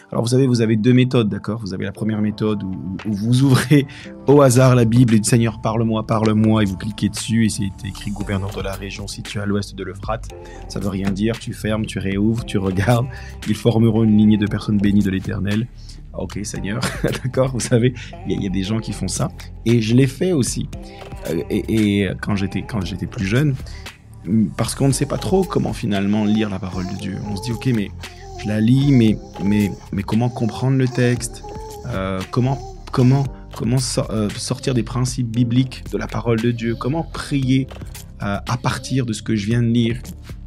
Alors vous avez deux méthodes, d'accord? Vous avez la première méthode où vous ouvrez au hasard la Bible et dites Seigneur parle-moi, et vous cliquez dessus et c'est écrit gouverneur de la région située à l'ouest de l'Euphrate. Ça veut rien dire, tu fermes, tu réouvres, tu regardes, ils formeront une lignée de personnes bénies de l'Éternel. Ok Seigneur, d'accord, vous savez, il y a des gens qui font ça et je l'ai fait aussi. Et quand j'étais plus jeune, parce qu'on ne sait pas trop comment finalement lire la parole de Dieu. On se dit ok mais je la lis mais comment comprendre le texte, comment sortir des principes bibliques de la parole de Dieu, comment prier à partir de ce que je viens de lire.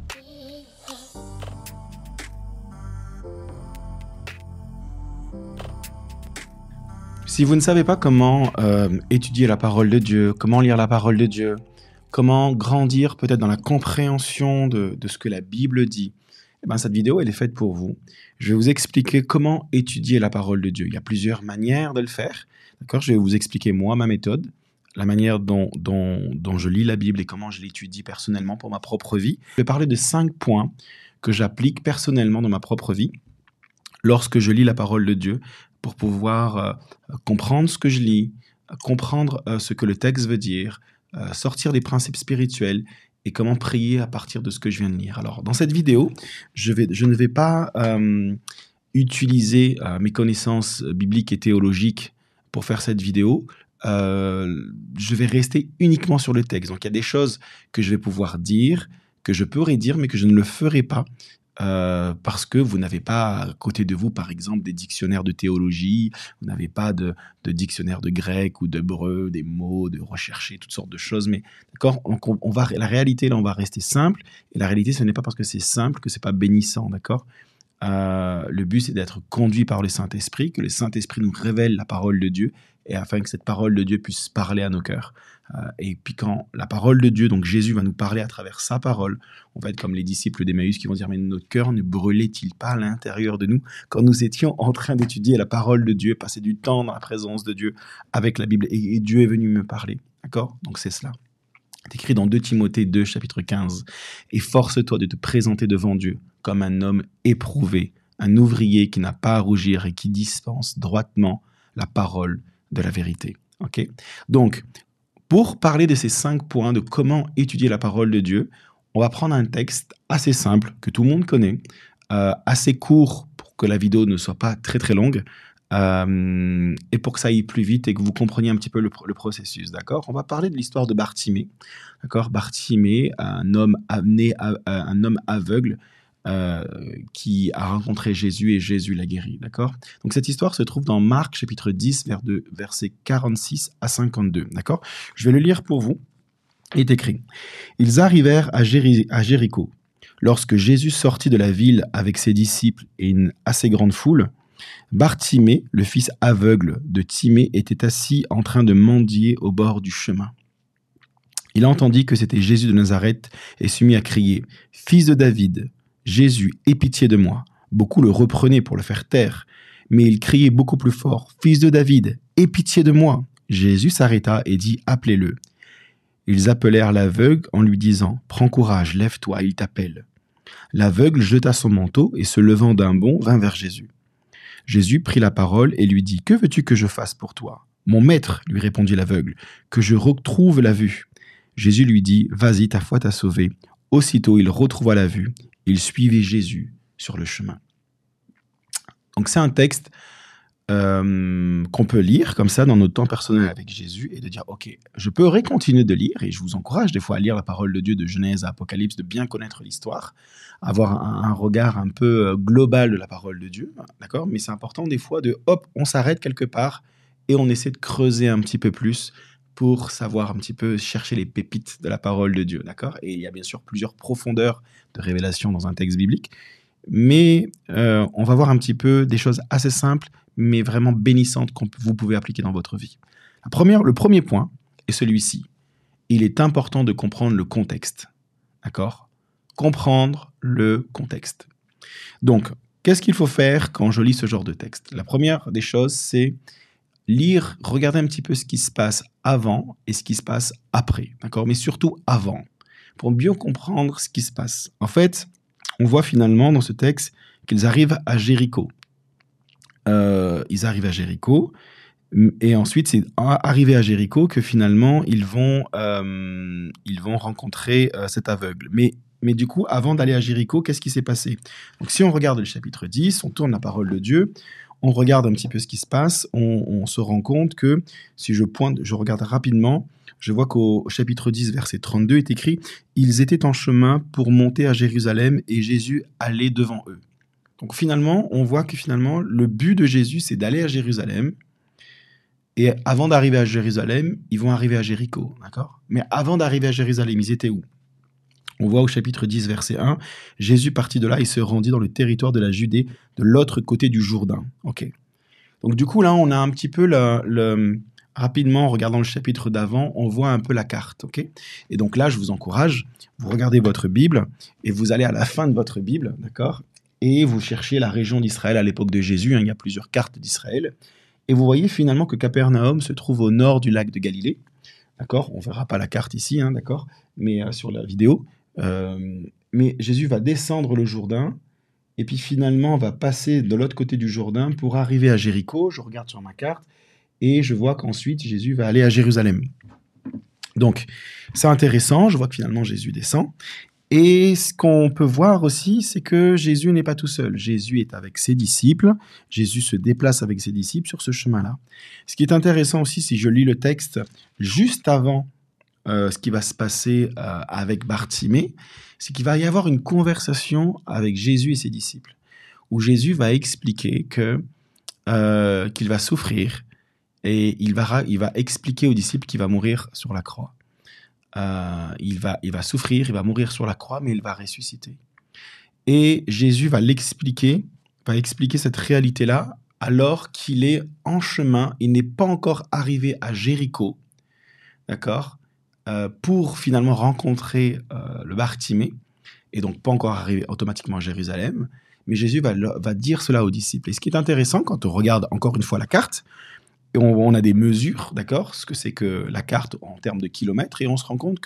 Si vous ne savez pas comment étudier la parole de Dieu, comment lire la parole de Dieu, comment grandir peut-être dans la compréhension de ce que la Bible dit, eh ben, cette vidéo, elle est faite pour vous. Je vais vous expliquer comment étudier la parole de Dieu. Il y a plusieurs manières de le faire. D'accord ? Je vais vous expliquer moi, ma méthode, la manière dont je lis la Bible et comment je l'étudie personnellement pour ma propre vie. Je vais parler de 5 points que j'applique personnellement dans ma propre vie lorsque je lis la parole de Dieu pour pouvoir comprendre ce que je lis, comprendre ce que le texte veut dire, sortir des principes spirituels et comment prier à partir de ce que je viens de lire. Alors, dans cette vidéo, je ne vais pas utiliser mes connaissances bibliques et théologiques pour faire cette vidéo. Je vais rester uniquement sur le texte. Donc, il y a des choses que je vais pouvoir dire, que je pourrais dire, mais que je ne le ferai pas. Parce que vous n'avez pas à côté de vous, par exemple, des dictionnaires de théologie, vous n'avez pas de dictionnaire de grec ou d'hébreu, des mots, de rechercher toutes sortes de choses. Mais d'accord, la réalité, là, on va rester simple. Et la réalité, ce n'est pas parce que c'est simple que c'est pas bénissant, d'accord? Le but, c'est d'être conduit par le Saint-Esprit, que le Saint-Esprit nous révèle la parole de Dieu, et afin que cette parole de Dieu puisse parler à nos cœurs. Et puis quand la parole de Dieu, donc Jésus va nous parler à travers sa parole, on va être comme les disciples d'Emmaüs qui vont dire « Mais notre cœur ne brûlait-il pas à l'intérieur de nous quand nous étions en train d'étudier la parole de Dieu, passer du temps dans la présence de Dieu avec la Bible, et Dieu est venu me parler. » D'accord ? Donc c'est cela. C'est écrit dans 2 Timothée 2, chapitre 15. « Et force-toi de te présenter devant Dieu comme un homme éprouvé, un ouvrier qui n'a pas à rougir et qui dispense droitement la parole de la vérité. » Ok ? Donc, pour parler de ces 5 points de comment étudier la parole de Dieu, on va prendre un texte assez simple, que tout le monde connaît, assez court pour que la vidéo ne soit pas très très longue, et pour que ça aille plus vite et que vous compreniez un petit peu le processus, d'accord ? On va parler de l'histoire de Bartimée, d'accord ? Bartimée, un homme aveugle qui a rencontré Jésus et Jésus l'a guéri, d'accord ? Donc cette histoire se trouve dans Marc chapitre 10, versets 46 à 52, d'accord ? Je vais le lire pour vous. Il est écrit « Ils arrivèrent à Jéricho. Lorsque Jésus sortit de la ville avec ses disciples et une assez grande foule, Bartimée, le fils aveugle de Timée, était assis en train de mendier au bord du chemin. Il entendit que c'était Jésus de Nazareth et se mit à crier « Fils de David, Jésus, aie pitié de moi. » Beaucoup le reprenaient pour le faire taire, mais il criait beaucoup plus fort « Fils de David, aie pitié de moi. » Jésus s'arrêta et dit « Appelez-le. » Ils appelèrent l'aveugle en lui disant « Prends courage, lève-toi, il t'appelle. » L'aveugle jeta son manteau et se levant d'un bond vint vers Jésus. Jésus prit la parole et lui dit « Que veux-tu que je fasse pour toi ?»« Mon maître, lui répondit l'aveugle, que je retrouve la vue. » Jésus lui dit « Vas-y, ta foi t'a sauvé. » Aussitôt, il retrouva la vue. Il suivait Jésus sur le chemin. Donc c'est un texte qu'on peut lire comme ça dans notre temps personnel avec Jésus et de dire « Ok, je pourrais continuer de lire » et je vous encourage des fois à lire la parole de Dieu de Genèse à Apocalypse, de bien connaître l'histoire, avoir un regard un peu global de la parole de Dieu, d'accord ? Mais c'est important des fois de hop, on s'arrête quelque part et on essaie de creuser un petit peu plus pour savoir un petit peu chercher les pépites de la parole de Dieu, d'accord ? Et il y a bien sûr plusieurs profondeurs de révélation dans un texte biblique, mais on va voir un petit peu des choses assez simples, mais vraiment bénissantes que vous pouvez appliquer dans votre vie. Le premier point est celui-ci. Il est important de comprendre le contexte, d'accord ? Comprendre le contexte. Donc, qu'est-ce qu'il faut faire quand je lis ce genre de texte ? La première des choses, c'est lire, regarder un petit peu ce qui se passe avant et ce qui se passe après, d'accord ? Mais surtout avant, pour bien comprendre ce qui se passe. En fait, on voit finalement dans ce texte qu'ils arrivent à Jéricho. Ils arrivent à Jéricho. Et ensuite, c'est arrivé à Jéricho que finalement, ils vont rencontrer cet aveugle. Mais du coup, avant d'aller à Jéricho, qu'est-ce qui s'est passé? Donc, si on regarde le chapitre 10, on tourne la parole de Dieu, on regarde un petit peu ce qui se passe, on se rend compte que, si je regarde rapidement, je vois qu'au chapitre 10, verset 32 est écrit « Ils étaient en chemin pour monter à Jérusalem et Jésus allait devant eux ». Donc finalement, on voit que finalement, le but de Jésus, c'est d'aller à Jérusalem. Et avant d'arriver à Jérusalem, ils vont arriver à Jéricho, d'accord? Mais avant d'arriver à Jérusalem, ils étaient où? On voit au chapitre 10, verset 1, Jésus partit de là et se rendit dans le territoire de la Judée, de l'autre côté du Jourdain. Ok. Donc du coup, là, on a un petit peu rapidement, en regardant le chapitre d'avant, on voit un peu la carte, ok? Et donc là, je vous encourage, vous regardez votre Bible et vous allez à la fin de votre Bible, d'accord? Et vous cherchez la région d'Israël à l'époque de Jésus, hein, il y a plusieurs cartes d'Israël. Et vous voyez finalement que Capernaum se trouve au nord du lac de Galilée. D'accord? On ne verra pas la carte ici, hein, d'accord? Mais sur la vidéo. Mais Jésus va descendre le Jourdain et puis finalement va passer de l'autre côté du Jourdain pour arriver à Jéricho. Je regarde sur ma carte et je vois qu'ensuite Jésus va aller à Jérusalem. Donc, c'est intéressant. Je vois que finalement Jésus descend. Et ce qu'on peut voir aussi, c'est que Jésus n'est pas tout seul. Jésus est avec ses disciples. Jésus se déplace avec ses disciples sur ce chemin-là. Ce qui est intéressant aussi, si je lis le texte juste avant ce qui va se passer avec Bartimée, c'est qu'il va y avoir une conversation avec Jésus et ses disciples, où Jésus va expliquer qu'il va souffrir et il va expliquer aux disciples qu'il va mourir sur la croix. Il va souffrir, il va mourir sur la croix, mais il va ressusciter. Et Jésus va expliquer cette réalité-là alors qu'il est en chemin, il n'est pas encore arrivé à Jéricho, d'accord, pour finalement rencontrer le Bartimée, et donc pas encore arrivé automatiquement à Jérusalem, mais Jésus va dire cela aux disciples. Et ce qui est intéressant, quand on regarde encore une fois la carte, et on a des mesures, d'accord, ce que c'est que la carte en termes de kilomètres, et on se rend compte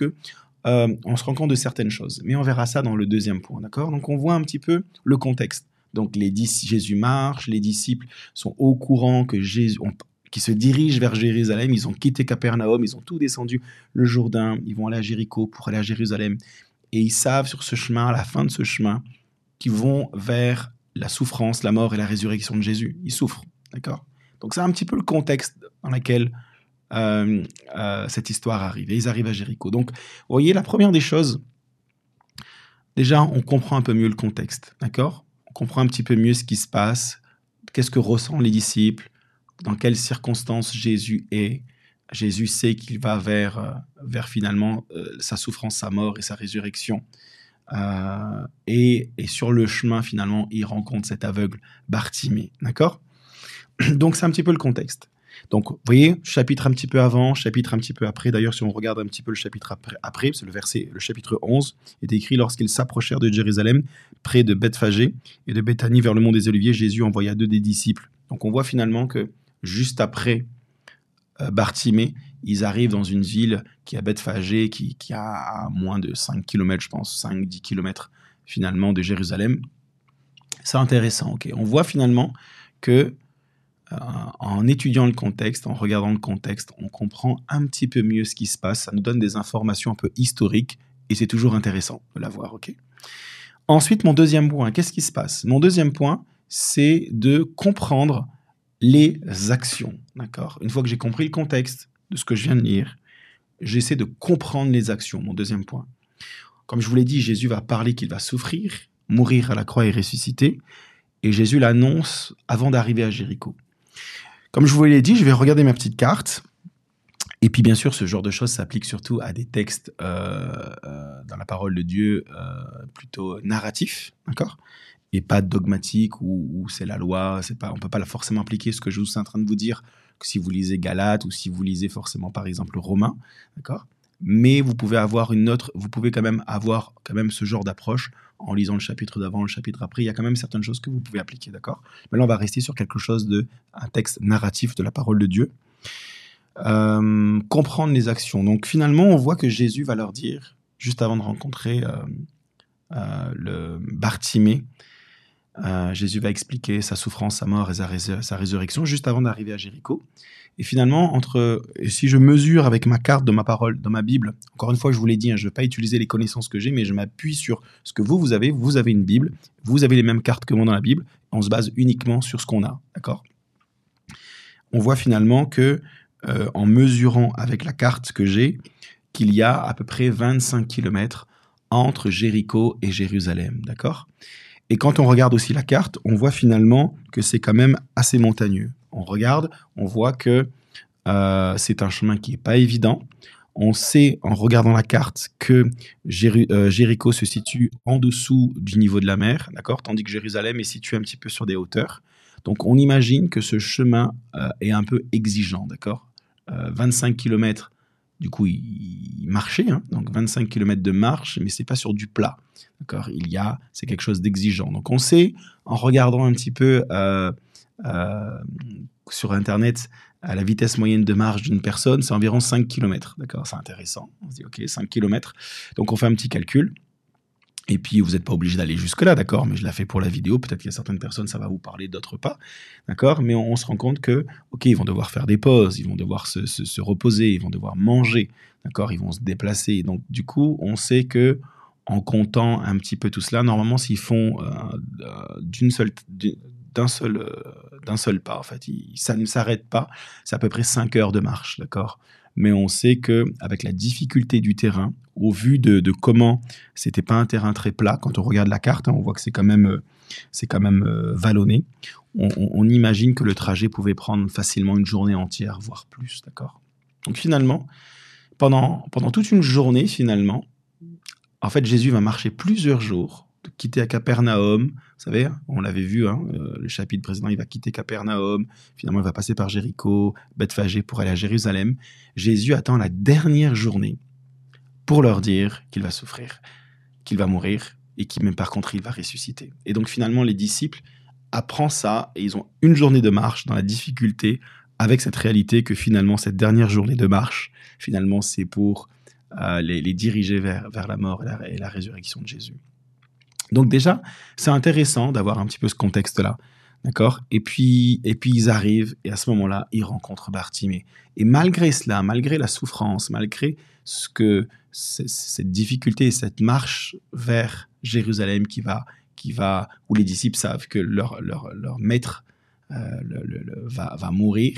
de certaines choses. Mais on verra ça dans le deuxième point, d'accord? Donc on voit un petit peu le contexte. Donc Jésus marche, les disciples sont au courant que qui se dirigent vers Jérusalem, ils ont quitté Capernaum, ils ont tout descendu le Jourdain, ils vont aller à Jéricho pour aller à Jérusalem, et ils savent sur ce chemin, à la fin de ce chemin, qu'ils vont vers la souffrance, la mort et la résurrection de Jésus. Ils souffrent, d'accord? Donc c'est un petit peu le contexte dans lequel cette histoire arrive. Et ils arrivent à Jéricho. Donc, vous voyez, la première des choses, déjà, on comprend un peu mieux le contexte, d'accord? On comprend un petit peu mieux ce qui se passe, qu'est-ce que ressentent les disciples, dans quelles circonstances Jésus est. Jésus sait qu'il va vers finalement sa souffrance, sa mort et sa résurrection. Et sur le chemin, finalement, il rencontre cet aveugle Bartimée, d'accord? Donc, c'est un petit peu le contexte. Donc, vous voyez, chapitre un petit peu avant, chapitre un petit peu après. D'ailleurs, si on regarde un petit peu le chapitre après, c'est le chapitre 11 est écrit « Lorsqu'ils s'approchèrent de Jérusalem, près de Bethphagée et de Béthanie vers le mont des Oliviers, Jésus envoya 2 des disciples. » Donc, on voit finalement que juste après Bartimée, ils arrivent dans une ville qui est à Bethphagée, qui a à moins de 5 km, je pense, 5-10 km finalement de Jérusalem. C'est intéressant, ok. On voit finalement que en étudiant le contexte, en regardant le contexte, on comprend un petit peu mieux ce qui se passe. Ça nous donne des informations un peu historiques et c'est toujours intéressant de l'avoir, ok. Ensuite, mon deuxième point, qu'est-ce qui se passe? Mon deuxième point, c'est de comprendre les actions, d'accord? Une fois que j'ai compris le contexte de ce que je viens de lire, j'essaie de comprendre les actions, mon deuxième point. Comme je vous l'ai dit, Jésus va parler qu'il va souffrir, mourir à la croix et ressusciter, et Jésus l'annonce avant d'arriver à Jéricho. Comme je vous l'ai dit, je vais regarder ma petite carte. Et puis, bien sûr, ce genre de choses s'applique surtout à des textes dans la parole de Dieu plutôt narratifs, d'accord? Et pas dogmatiques où c'est la loi. On ne peut pas forcément appliquer ce que je suis en train de vous dire que si vous lisez Galates ou si vous lisez forcément, par exemple, Romains, d'accord? Mais vous pouvez quand même avoir ce genre d'approche en lisant le chapitre d'avant, le chapitre après. Il y a quand même certaines choses que vous pouvez appliquer, d'accord? Mais là, on va rester sur quelque chose un texte narratif de la parole de Dieu. Comprendre les actions. Donc, finalement, on voit que Jésus va leur dire, juste avant de rencontrer le Bartimée, Jésus va expliquer sa souffrance, sa mort et sa résurrection juste avant d'arriver à Jéricho. Et finalement, si je mesure avec ma carte de ma parole, dans ma Bible, encore une fois, je vous l'ai dit, je ne vais pas utiliser les connaissances que j'ai, mais je m'appuie sur ce que vous avez. Vous avez une Bible, vous avez les mêmes cartes que moi dans la Bible, on se base uniquement sur ce qu'on a, d'accord ? On voit finalement que, en mesurant avec la carte que j'ai, qu'il y a à peu près 25 kilomètres entre Jéricho et Jérusalem, d'accord ? Et quand on regarde aussi la carte, on voit finalement que c'est quand même assez montagneux. On regarde, on voit que c'est un chemin qui n'est pas évident. On sait, en regardant la carte, que Jéricho se situe en dessous du niveau de la mer, d'accord, tandis que Jérusalem est situé un petit peu sur des hauteurs. Donc on imagine que ce chemin est un peu exigeant, d'accord. 25 km, du coup, il marchait, donc 25 km de marche, mais c'est pas sur du plat, d'accord. C'est quelque chose d'exigeant. Donc on sait, en regardant un petit peu sur Internet, à la vitesse moyenne de marche d'une personne, c'est environ 5 km, d'accord. C'est intéressant. On se dit, ok, 5 km. Donc on fait un petit calcul. Et puis, vous n'êtes pas obligé d'aller jusque-là, d'accord, mais je la fais pour la vidéo. Peut-être qu'il y a certaines personnes, ça va vous parler, d'autres pas, d'accord. Mais on se rend compte que, ok, ils vont devoir faire des pauses, ils vont devoir se reposer, ils vont devoir manger, d'accord, ils vont se déplacer. Donc, du coup, on sait que, en comptant un petit peu tout cela, normalement, s'ils font d'un seul pas, en fait, ça ne s'arrête pas. C'est à peu près 5 heures de marche, d'accord. Mais on sait qu'avec la difficulté du terrain, au vu de comment c'était pas un terrain très plat, quand on regarde la carte, on voit que c'est quand même vallonné, on imagine que le trajet pouvait prendre facilement une journée entière, voire plus, d'accord. Donc finalement, pendant toute une journée, finalement, en fait, Jésus va marcher plusieurs jours, quitter à Capernaum, vous savez, on l'avait vu, le chapitre précédent, il va quitter Capernaum, finalement il va passer par Jéricho, Bethphagée pour aller à Jérusalem. Jésus attend la dernière journée pour leur dire qu'il va souffrir, qu'il va mourir et qu'il même par contre il va ressusciter. Et donc finalement les disciples apprennent ça et ils ont une journée de marche dans la difficulté avec cette réalité que finalement cette dernière journée de marche, finalement c'est pour les diriger vers la mort et la résurrection de Jésus. Donc déjà, c'est intéressant d'avoir un petit peu ce contexte-là, d'accord ? Et puis ils arrivent, et à ce moment-là, ils rencontrent Bartimée. Et malgré cela, malgré la souffrance, malgré cette difficulté, cette marche vers Jérusalem où les disciples savent que leur maître va mourir,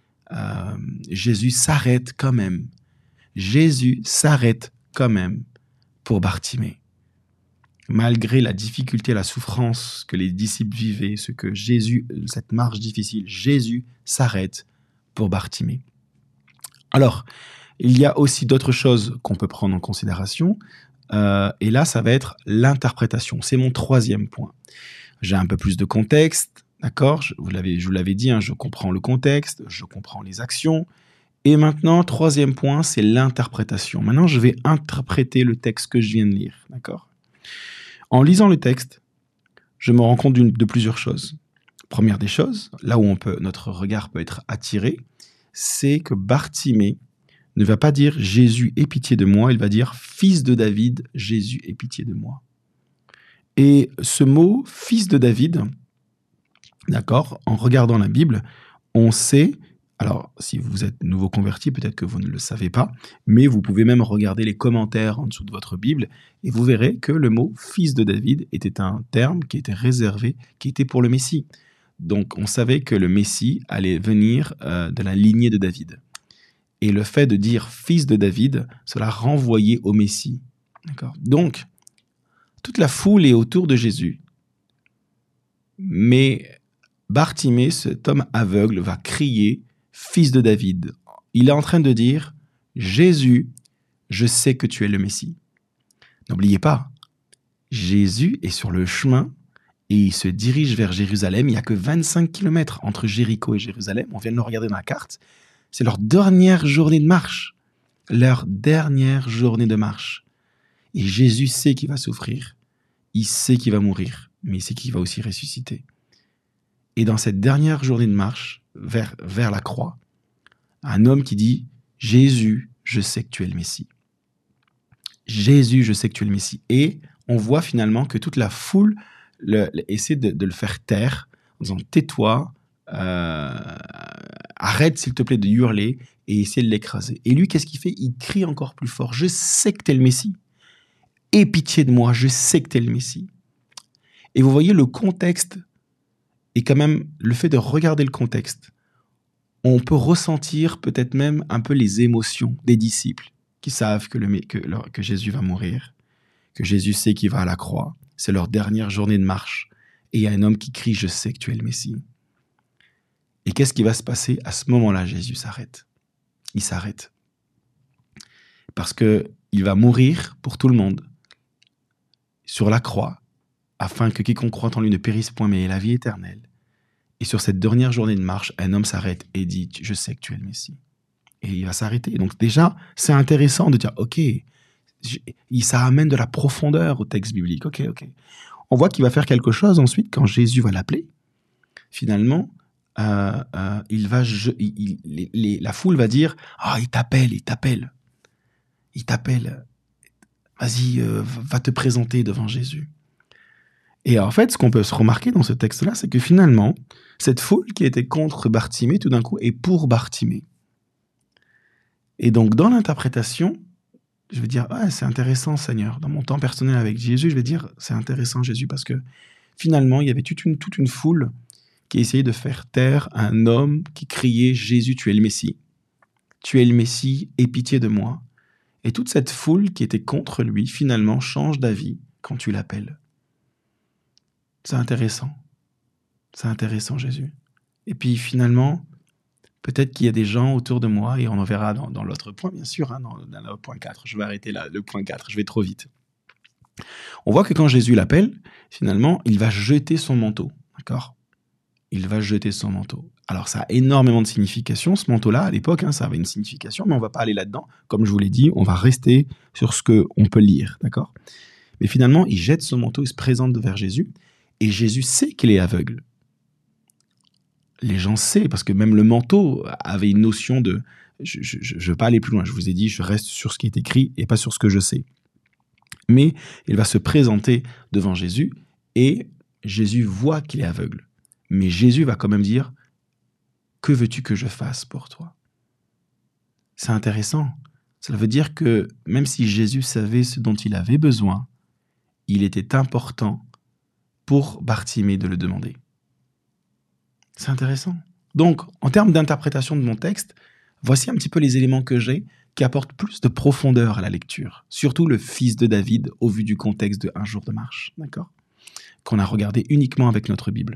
Jésus s'arrête quand même. Jésus s'arrête quand même pour Bartimée. Malgré la difficulté, la souffrance que les disciples vivaient, cette marche difficile, Jésus s'arrête pour Bartimée. Alors, il y a aussi d'autres choses qu'on peut prendre en considération, et là, ça va être l'interprétation. C'est mon troisième point. J'ai un peu plus de contexte, d'accord ? Je vous l'avais dit, je comprends le contexte, je comprends les actions. Et maintenant, troisième point, c'est l'interprétation. Maintenant, je vais interpréter le texte que je viens de lire, d'accord ? En lisant le texte, je me rends compte de plusieurs choses. Première des choses, là où notre regard peut être attiré, c'est que Bartimée ne va pas dire « Jésus, aie pitié de moi », il va dire « Fils de David, Jésus, aie pitié de moi ». Et ce mot « fils de David », d'accord, en regardant la Bible, on sait... Alors, si vous êtes nouveau converti, peut-être que vous ne le savez pas, mais vous pouvez même regarder les commentaires en dessous de votre Bible et vous verrez que le mot « fils de David » était un terme qui était réservé, qui était pour le Messie. Donc, on savait que le Messie allait venir de la lignée de David. Et le fait de dire « fils de David », cela renvoyait au Messie. D'accord ? Donc, toute la foule est autour de Jésus, mais Bartimée, cet homme aveugle, va crier « Fils de David ». Il est en train de dire « Jésus, je sais que tu es le Messie ». N'oubliez pas, Jésus est sur le chemin et il se dirige vers Jérusalem. Il n'y a que 25 km entre Jéricho et Jérusalem. On vient de le regarder dans la carte. C'est leur dernière journée de marche. Leur dernière journée de marche. Et Jésus sait qu'il va souffrir. Il sait qu'il va mourir, mais il sait qu'il va aussi ressusciter. Et dans cette dernière journée de marche, vers la croix, un homme qui dit « Jésus, je sais que tu es le Messie. Jésus, je sais que tu es le Messie. » Et on voit finalement que toute la foule essaie de le faire taire en disant tais-toi, arrête s'il te plaît de hurler et essaie de l'écraser. Et lui, qu'est-ce qu'il fait? Il crie encore plus fort. Je sais que t'es le Messie. Aie pitié de moi, je sais que t'es le Messie. Et vous voyez le contexte et quand même le fait de regarder le contexte. On peut ressentir peut-être même un peu les émotions des disciples qui savent que Jésus va mourir, que Jésus sait qu'il va à la croix. C'est leur dernière journée de marche. Et il y a un homme qui crie « Je sais que tu es le Messie ». Et qu'est-ce qui va se passer? À ce moment-là, Jésus s'arrête. Il s'arrête. Parce qu'il va mourir pour tout le monde sur la croix, afin que quiconque croit en lui ne périsse point, mais ait la vie éternelle. Et sur cette dernière journée de marche, un homme s'arrête et dit « Je sais que tu es le Messie ». Et il va s'arrêter. Donc déjà, c'est intéressant de dire « Ok ». Ça amène de la profondeur au texte biblique. Ok. On voit qu'il va faire quelque chose ensuite quand Jésus va l'appeler. Finalement, la foule va dire « Ah, il t'appelle. Vas-y, va te présenter devant Jésus. » Et en fait, ce qu'on peut se remarquer dans ce texte-là, c'est que finalement, cette foule qui était contre Bartimée, tout d'un coup, est pour Bartimée. Et donc, dans l'interprétation, je vais dire, c'est intéressant, Seigneur. Dans mon temps personnel avec Jésus, je vais dire, c'est intéressant, Jésus, parce que finalement, il y avait toute une foule qui essayait de faire taire un homme qui criait, Jésus, tu es le Messie. Tu es le Messie, aie pitié de moi. Et toute cette foule qui était contre lui, finalement, change d'avis quand tu l'appelles. C'est intéressant. C'est intéressant, Jésus. Et puis finalement, peut-être qu'il y a des gens autour de moi, et on en verra dans l'autre point, bien sûr, dans le point 4. Je vais arrêter là, le point 4, je vais trop vite. On voit que quand Jésus l'appelle, finalement, il va jeter son manteau. D'accord ? Il va jeter son manteau. Alors, ça a énormément de signification, ce manteau-là, à l'époque, ça avait une signification, mais on ne va pas aller là-dedans. Comme je vous l'ai dit, on va rester sur ce qu'on peut lire. D'accord ? Mais finalement, il jette son manteau, il se présente vers Jésus, et Jésus sait qu'il est aveugle. Les gens savent, parce que même le manteau avait une notion de... Je ne veux pas aller plus loin, je vous ai dit, je reste sur ce qui est écrit et pas sur ce que je sais. Mais il va se présenter devant Jésus et Jésus voit qu'il est aveugle. Mais Jésus va quand même dire, « Que veux-tu que je fasse pour toi ?» C'est intéressant. Ça veut dire que même si Jésus savait ce dont il avait besoin, il était important pour Bartimée de le demander. C'est intéressant. Donc, en termes d'interprétation de mon texte, voici un petit peu les éléments que j'ai qui apportent plus de profondeur à la lecture. Surtout le fils de David au vu du contexte de Un jour de marche, d'accord ? Qu'on a regardé uniquement avec notre Bible.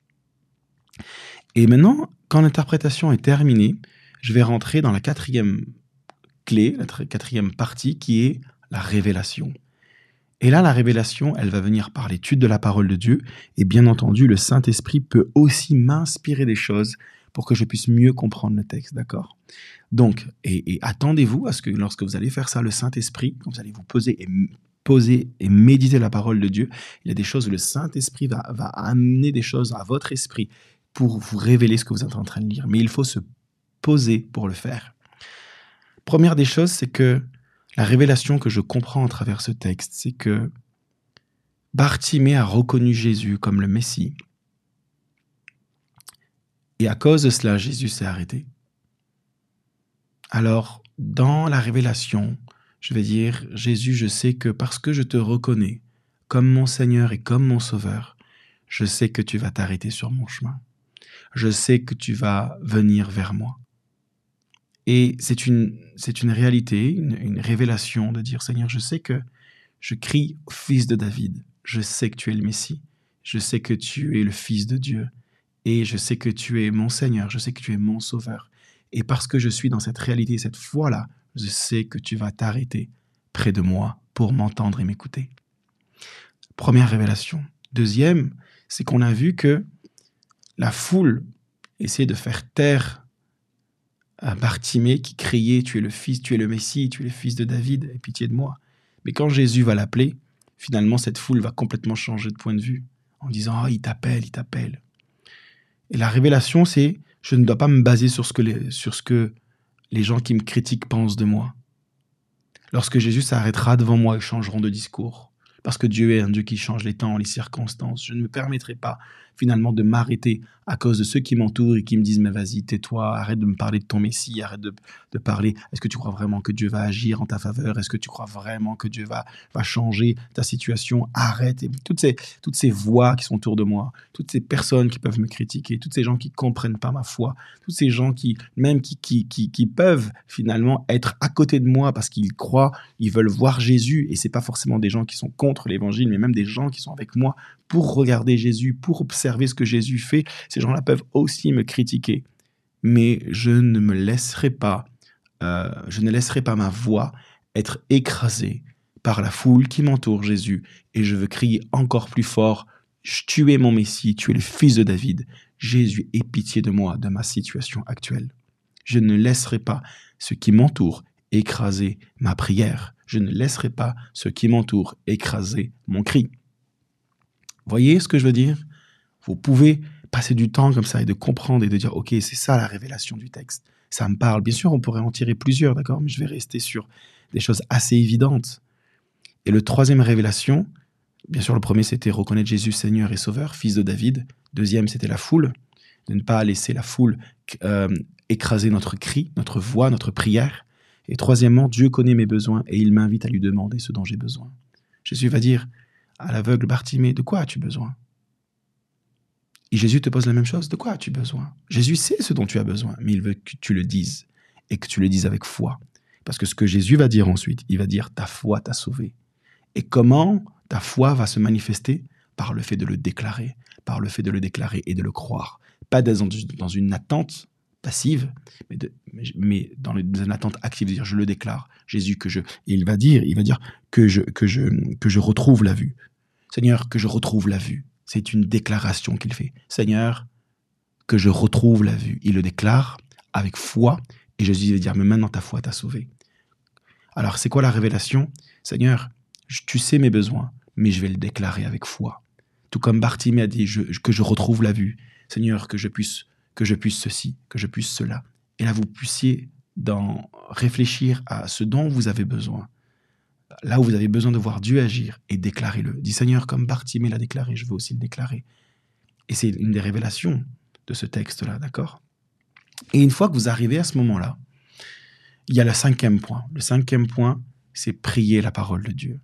Et maintenant, quand l'interprétation est terminée, je vais rentrer dans la quatrième clé, la quatrième partie qui est la révélation. Et là, la révélation, elle va venir par l'étude de la parole de Dieu. Et bien entendu, le Saint-Esprit peut aussi m'inspirer des choses pour que je puisse mieux comprendre le texte, d'accord ? Donc, et attendez-vous à ce que lorsque vous allez faire ça, le Saint-Esprit, quand vous allez vous poser et méditer la parole de Dieu, il y a des choses où le Saint-Esprit va amener des choses à votre esprit pour vous révéler ce que vous êtes en train de lire. Mais il faut se poser pour le faire. Première des choses, c'est que la révélation que je comprends à travers ce texte, c'est que Bartimée a reconnu Jésus comme le Messie. Et à cause de cela, Jésus s'est arrêté. Alors, dans la révélation, je vais dire, Jésus, je sais que parce que je te reconnais comme mon Seigneur et comme mon Sauveur, je sais que tu vas t'arrêter sur mon chemin. Je sais que tu vas venir vers moi. Et c'est une réalité, une révélation de dire, Seigneur, je sais que je crie au Fils de David. Je sais que tu es le Messie. Je sais que tu es le Fils de Dieu. Et je sais que tu es mon Seigneur. Je sais que tu es mon Sauveur. Et parce que je suis dans cette réalité, cette foi-là, je sais que tu vas t'arrêter près de moi pour m'entendre et m'écouter. Première révélation. Deuxième, c'est qu'on a vu que la foule essayait de faire taire Bartimée qui criait « Tu es le Fils, tu es le Messie, tu es le Fils de David, aie pitié de moi ». Mais quand Jésus va l'appeler, finalement, cette foule va complètement changer de point de vue en disant « Ah, il t'appelle, il t'appelle ». Et la révélation, c'est « Je ne dois pas me baser sur ce que les gens qui me critiquent pensent de moi ». Lorsque Jésus s'arrêtera devant moi, ils changeront de discours. parce que Dieu est un Dieu qui change les temps, les circonstances. Je ne me permettrai pas finalement de m'arrêter à cause de ceux qui m'entourent et qui me disent mais vas-y, tais-toi, arrête de me parler de ton Messie, arrête de parler. Est-ce que tu crois vraiment que Dieu va agir en ta faveur? Est-ce que tu crois vraiment que Dieu va changer ta situation? Arrête. Et toutes ces voix qui sont autour de moi, toutes ces personnes qui peuvent me critiquer, toutes ces gens qui comprennent pas ma foi, tous ces gens qui peuvent finalement être à côté de moi parce qu'ils croient, ils veulent voir Jésus, et c'est pas forcément des gens qui sont contre l'évangile, mais même des gens qui sont avec moi pour regarder Jésus, pour observer ce que Jésus fait. Ces gens-là peuvent aussi me critiquer, mais je ne laisserai pas ma voix être écrasée par la foule qui m'entoure, Jésus, et je veux crier encore plus fort: tu es mon Messie, tu es le Fils de David. Jésus, aie pitié de moi, de ma situation actuelle. Je ne laisserai pas ceux qui m'entourent écraser ma prière. Je ne laisserai pas ceux qui m'entourent écraser mon cri. Voyez ce que je veux dire? Vous pouvez passer du temps comme ça et de comprendre et de dire, ok, c'est ça la révélation du texte. Ça me parle. Bien sûr, on pourrait en tirer plusieurs, d'accord? Mais je vais rester sur des choses assez évidentes. Et le troisième révélation, bien sûr, le premier, c'était reconnaître Jésus Seigneur et Sauveur, Fils de David. Deuxième, c'était la foule, de ne pas laisser la foule écraser notre cri, notre voix, notre prière. Et troisièmement, Dieu connaît mes besoins et il m'invite à lui demander ce dont j'ai besoin. Jésus va dire à l'aveugle Bartimée, de quoi as-tu besoin? Et Jésus te pose la même chose, de quoi as-tu besoin? Jésus sait ce dont tu as besoin, mais il veut que tu le dises, et que tu le dises avec foi. Parce que ce que Jésus va dire ensuite, il va dire, ta foi t'a sauvé. Et comment ta foi va se manifester? Par le fait de le déclarer, et de le croire. Pas dans une attente passive, mais dans une attente active, de dire je le déclare, Jésus, et il va dire que je retrouve la vue. Seigneur, que je retrouve la vue. C'est une déclaration qu'il fait. Seigneur, que je retrouve la vue. Il le déclare avec foi, et Jésus va dire, mais maintenant ta foi t'a sauvé. Alors c'est quoi la révélation? Seigneur, tu sais mes besoins, mais je vais le déclarer avec foi. Tout comme Bartimée a dit, que je retrouve la vue. Seigneur, que je puisse ceci, que je puisse cela. Et là, vous puissiez réfléchir à ce dont vous avez besoin. Là où vous avez besoin de voir Dieu agir, et déclarez-le. Dis Seigneur, comme Bartimée l'a déclaré, je veux aussi le déclarer. Et c'est une des révélations de ce texte-là, d'accord? Et une fois que vous arrivez à ce moment-là, il y a le cinquième point. Le cinquième point, c'est prier la parole de Dieu.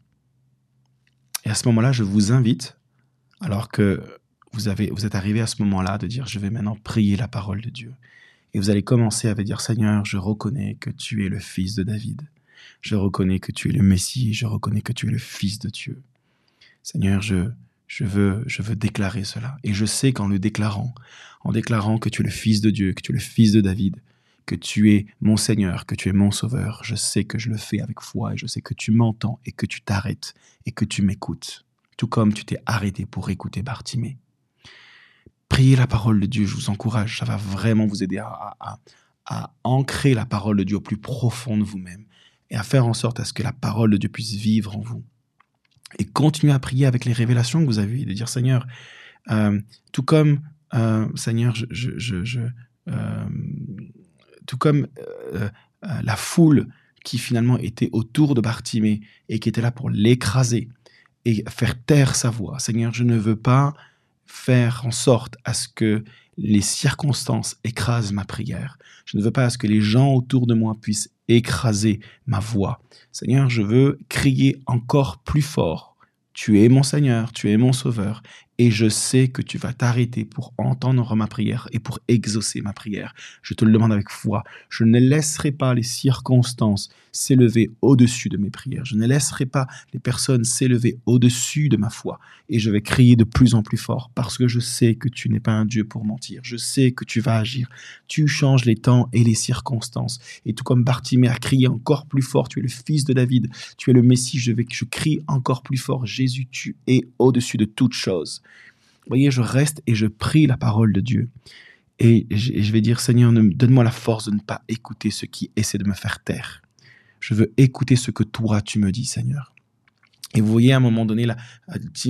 Et à ce moment-là, je vous invite, alors que vous êtes arrivé à ce moment-là, de dire, je vais maintenant prier la parole de Dieu. Et vous allez commencer à dire, Seigneur, je reconnais que tu es le Fils de David. Je reconnais que tu es le Messie. Je reconnais que tu es le Fils de Dieu. Seigneur, je veux déclarer cela. Et je sais qu'en le déclarant, que tu es le Fils de Dieu, que tu es le Fils de David, que tu es mon Seigneur, que tu es mon Sauveur, je sais que je le fais avec foi et je sais que tu m'entends et que tu t'arrêtes et que tu m'écoutes, tout comme tu t'es arrêté pour écouter Bartimée. Priez la parole de Dieu, je vous encourage, ça va vraiment vous aider à ancrer la parole de Dieu au plus profond de vous-même et à faire en sorte à ce que la parole de Dieu puisse vivre en vous. Et continuez à prier avec les révélations que vous avez eues, de dire Seigneur, tout comme Seigneur, tout comme la foule qui finalement était autour de Bartimée et qui était là pour l'écraser et faire taire sa voix. Seigneur, je ne veux pas faire en sorte à ce que les circonstances écrasent ma prière. Je ne veux pas à ce que les gens autour de moi puissent écraser ma voix. Seigneur, je veux crier encore plus fort. Tu es mon Seigneur, tu es mon Sauveur, et je sais que tu vas t'arrêter pour entendre ma prière et pour exaucer ma prière. Je te le demande avec foi. Je ne laisserai pas les circonstances s'élever au-dessus de mes prières. Je ne laisserai pas les personnes s'élever au-dessus de ma foi. Et je vais crier de plus en plus fort parce que je sais que tu n'es pas un Dieu pour mentir. Je sais que tu vas agir. Tu changes les temps et les circonstances. Et tout comme Bartimée a crié encore plus fort, tu es le Fils de David, tu es le Messie, je crie encore plus fort, Jésus, tu es au-dessus de toutes choses. Vous voyez, je reste et je prie la parole de Dieu. Et je vais dire, Seigneur, donne-moi la force de ne pas écouter ceux qui essaient de me faire taire. Je veux écouter ce que toi, tu me dis, Seigneur. Et vous voyez, à un moment donné,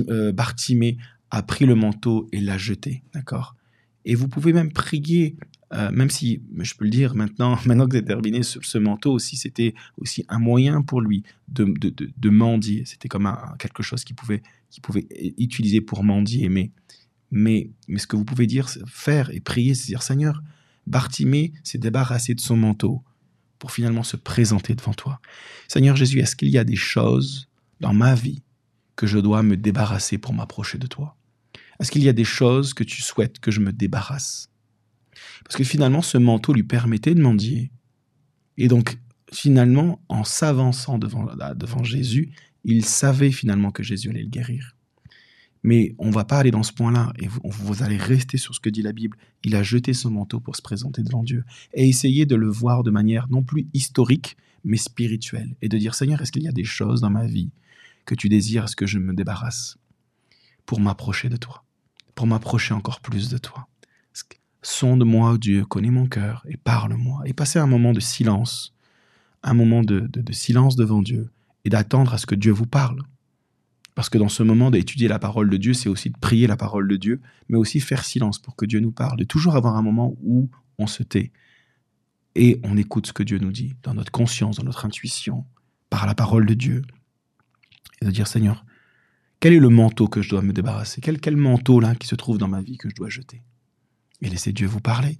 Bartimée a pris le manteau et l'a jeté, d'accord? Et vous pouvez même prier même si, je peux le dire maintenant, maintenant que c'est terminé, ce manteau aussi, c'était aussi un moyen pour lui de mendier. C'était comme quelque chose qu'il pouvait utiliser pour mendier. Mais ce que vous pouvez faire et prier, c'est dire, Seigneur, Bartimée s'est débarrassé de son manteau pour finalement se présenter devant toi. Seigneur Jésus, est-ce qu'il y a des choses dans ma vie que je dois me débarrasser pour m'approcher de toi? Est-ce qu'il y a des choses que tu souhaites que je me débarrasse? Parce que finalement, ce manteau lui permettait de mendier. Et donc, finalement, en s'avançant devant Jésus, il savait finalement que Jésus allait le guérir. Mais on ne va pas aller dans ce point-là, et vous allez rester sur ce que dit la Bible. Il a jeté son manteau pour se présenter devant Dieu, et essayer de le voir de manière non plus historique, mais spirituelle, et de dire, Seigneur, est-ce qu'il y a des choses dans ma vie que tu désires, est-ce que je me débarrasse pour m'approcher de toi, pour m'approcher encore plus de toi? Sonde-moi, Dieu, connais mon cœur, et parle-moi, et passer un moment de silence, un moment de silence devant Dieu, et d'attendre à ce que Dieu vous parle. Parce que dans ce moment d'étudier la parole de Dieu, c'est aussi de prier la parole de Dieu, mais aussi faire silence pour que Dieu nous parle, de toujours avoir un moment où on se tait et on écoute ce que Dieu nous dit, dans notre conscience, dans notre intuition, par la parole de Dieu. Et de dire, Seigneur, quel est le manteau que je dois me débarrasser? Quel manteau là qui se trouve dans ma vie que je dois jeter? Et laissez Dieu vous parler.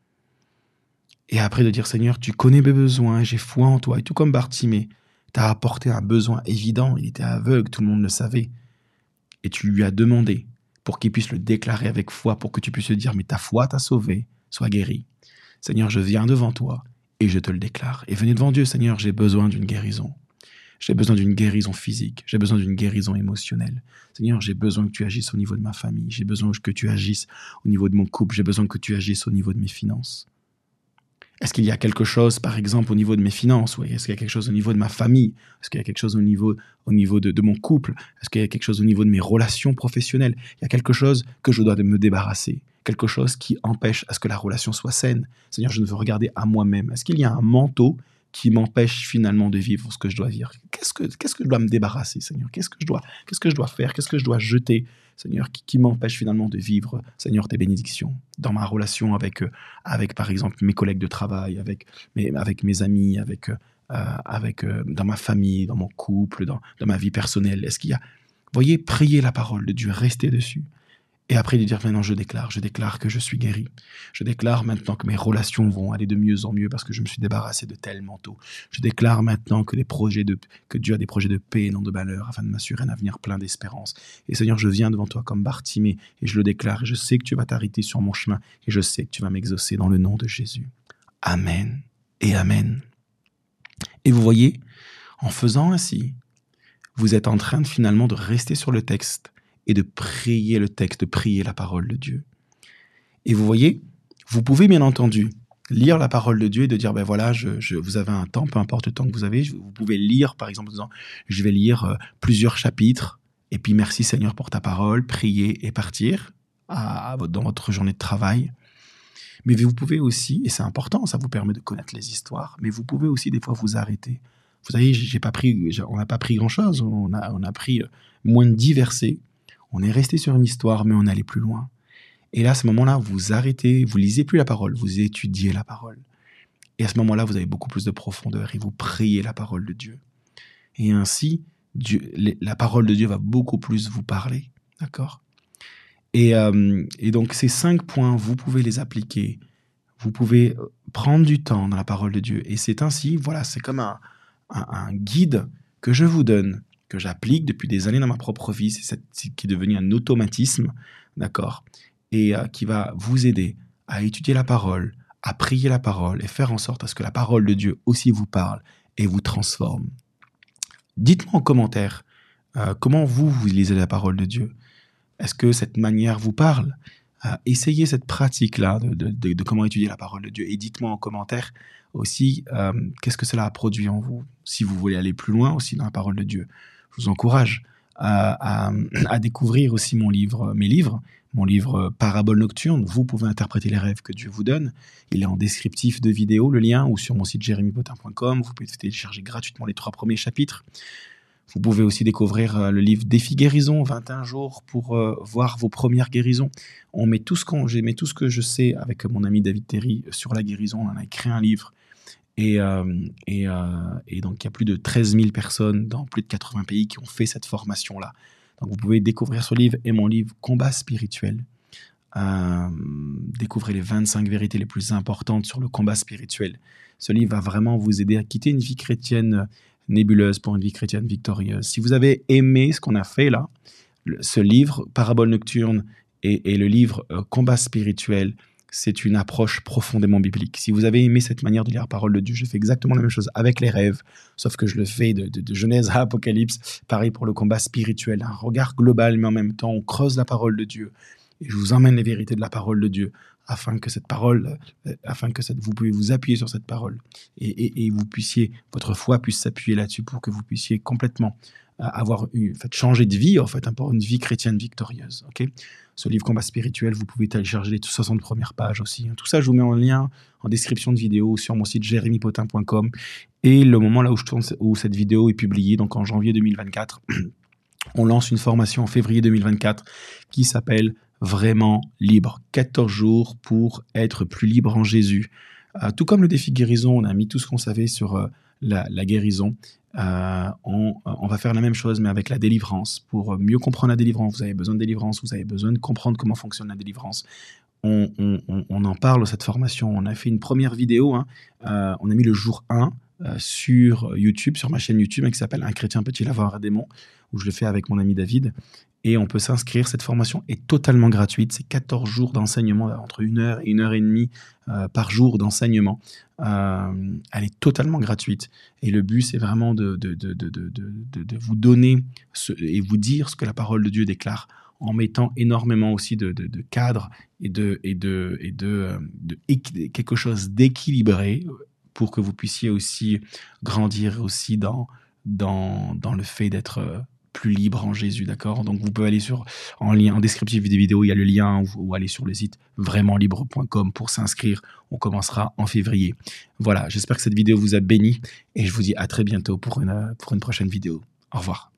Et après de dire, Seigneur, tu connais mes besoins, j'ai foi en toi. Et tout comme Bartimée, t'as apporté un besoin évident, il était aveugle, tout le monde le savait. Et tu lui as demandé pour qu'il puisse le déclarer avec foi, pour que tu puisses te dire, mais ta foi t'a sauvé, sois guéri. Seigneur, je viens devant toi et je te le déclare. Et venez devant Dieu, Seigneur, j'ai besoin d'une guérison. J'ai besoin d'une guérison physique, j'ai besoin d'une guérison émotionnelle. Seigneur, j'ai besoin que tu agisses au niveau de ma famille, j'ai besoin que tu agisses au niveau de mon couple, j'ai besoin que tu agisses au niveau de mes finances. Est-ce qu'il y a quelque chose, par exemple, au niveau de mes finances? Oui. Est-ce qu'il y a quelque chose au niveau de ma famille? Est-ce qu'il y a quelque chose au niveau de mon couple? Est-ce qu'il y a quelque chose au niveau de mes relations professionnelles? Il y a quelque chose que je dois me débarrasser, quelque chose qui empêche à ce que la relation soit saine. Seigneur, je ne veux regarder à moi-même. Est-ce qu'il y a un manteau qui m'empêche finalement de vivre ce que je dois vivre? Qu'est-ce que je dois me débarrasser, Seigneur? Qu'est-ce que je dois faire? Qu'est-ce que je dois jeter, Seigneur, qui m'empêche finalement de vivre, Seigneur, tes bénédictions dans ma relation avec par exemple, mes collègues de travail, avec mes amis, dans ma famille, dans mon couple, dans ma vie personnelle. Est-ce qu'il y a... Voyez, priez la parole de Dieu, restez dessus. Et après de dire, maintenant je déclare que je suis guéri. Je déclare maintenant que mes relations vont aller de mieux en mieux parce que je me suis débarrassé de tel manteau. Je déclare maintenant que Dieu a des projets de paix et non de malheur afin de m'assurer un avenir plein d'espérance. Et Seigneur, je viens devant toi comme Bartimée et je le déclare. Et je sais que tu vas t'arrêter sur mon chemin et je sais que tu vas m'exaucer dans le nom de Jésus. Amen et Amen. Et vous voyez, en faisant ainsi, vous êtes en train de finalement de rester sur le texte et de prier le texte, de prier la parole de Dieu. Et vous voyez, vous pouvez bien entendu lire la parole de Dieu et de dire, ben voilà, vous avez un temps, peu importe le temps que vous avez, vous pouvez lire, par exemple, en disant, je vais lire plusieurs chapitres, et puis merci Seigneur pour ta parole, prier et partir dans votre journée de travail. Mais vous pouvez aussi, et c'est important, ça vous permet de connaître les histoires, mais vous pouvez aussi des fois vous arrêter. Vous savez, on n'a pas pris grand-chose, on a pris moins de 10 versets. On est resté sur une histoire, mais on allait plus loin. Et là, à ce moment-là, vous arrêtez, vous lisez plus la parole, vous étudiez la parole. Et à ce moment-là, vous avez beaucoup plus de profondeur et vous priez la parole de Dieu. Et ainsi, la parole de Dieu va beaucoup plus vous parler. D'accord ? Et donc, ces 5 points, vous pouvez les appliquer. Vous pouvez prendre du temps dans la parole de Dieu. Et c'est ainsi, voilà, c'est comme un guide que je vous donne, que j'applique depuis des années dans ma propre vie, c'est qui est devenu un automatisme, d'accord, et qui va vous aider à étudier la parole, à prier la parole et faire en sorte à ce que la parole de Dieu aussi vous parle et vous transforme. Dites-moi en commentaire comment vous lisez la parole de Dieu. Est-ce que cette manière vous parle? Essayez cette pratique-là de comment étudier la parole de Dieu et dites-moi en commentaire aussi qu'est-ce que cela a produit en vous. Si vous voulez aller plus loin aussi dans la parole de Dieu, je vous encourage à découvrir aussi mon livre Parabole nocturne. Vous pouvez interpréter les rêves que Dieu vous donne. Il est en descriptif de vidéo, le lien, ou sur mon site jeremypotin.com. Vous pouvez télécharger gratuitement les 3 premiers chapitres. Vous pouvez aussi découvrir le livre Défi guérison, 21 jours pour voir vos premières guérisons. J'ai mis tout ce que je sais avec mon ami David Terry sur la guérison. On en a écrit un livre. Et donc, il y a plus de 13 000 personnes dans plus de 80 pays qui ont fait cette formation-là. Donc, vous pouvez découvrir ce livre et mon livre Combat spirituel. Découvrez les 25 vérités les plus importantes sur le combat spirituel. Ce livre va vraiment vous aider à quitter une vie chrétienne nébuleuse pour une vie chrétienne victorieuse. Si vous avez aimé ce qu'on a fait là, ce livre, Parabole nocturne, et le livre Combat spirituel, c'est une approche profondément biblique. Si vous avez aimé cette manière de lire la parole de Dieu, je fais exactement la même chose avec les rêves, sauf que je le fais de Genèse à Apocalypse. Pareil pour le combat spirituel, un regard global, mais en même temps, on creuse la parole de Dieu. Et je vous emmène les vérités de la parole de Dieu, afin que vous pouvez vous appuyer sur cette parole et votre foi puisse s'appuyer là-dessus pour que vous puissiez complètement changer de vie, pour une vie chrétienne victorieuse. Okay, ce livre Combat spirituel, vous pouvez télécharger les 60 premières pages aussi. Tout ça, je vous mets en lien en description de vidéo sur mon site jeremypotin.com. Et le moment là où cette vidéo est publiée, donc en janvier 2024, on lance une formation en février 2024 qui s'appelle Vraiment libre. 14 jours pour être plus libre en Jésus. Tout comme le défi guérison, on a mis tout ce qu'on savait sur la guérison. On va faire la même chose, mais avec la délivrance. Pour mieux comprendre la délivrance, vous avez besoin de délivrance, vous avez besoin de comprendre comment fonctionne la délivrance. On en parle de cette formation. On a fait une première vidéo. On a mis le jour 1 sur YouTube, sur ma chaîne YouTube, qui s'appelle Un chrétien peut-il avoir un démon, où je le fais avec mon ami David. Et on peut s'inscrire. Cette formation est totalement gratuite. C'est 14 jours d'enseignement, entre 1 heure et 1 heure et demie par jour d'enseignement. Elle est totalement gratuite. Et le but, c'est vraiment de vous donner et vous dire ce que la parole de Dieu déclare, en mettant énormément aussi de cadres et quelque chose d'équilibré pour que vous puissiez aussi grandir aussi dans le fait d'être plus libre en Jésus, d'accord? Donc vous pouvez aller en lien, en descriptif des vidéos, il y a le lien, ou aller sur le site vraimentlibre.com pour s'inscrire. On commencera en février. Voilà, j'espère que cette vidéo vous a béni et je vous dis à très bientôt pour une prochaine vidéo. Au revoir.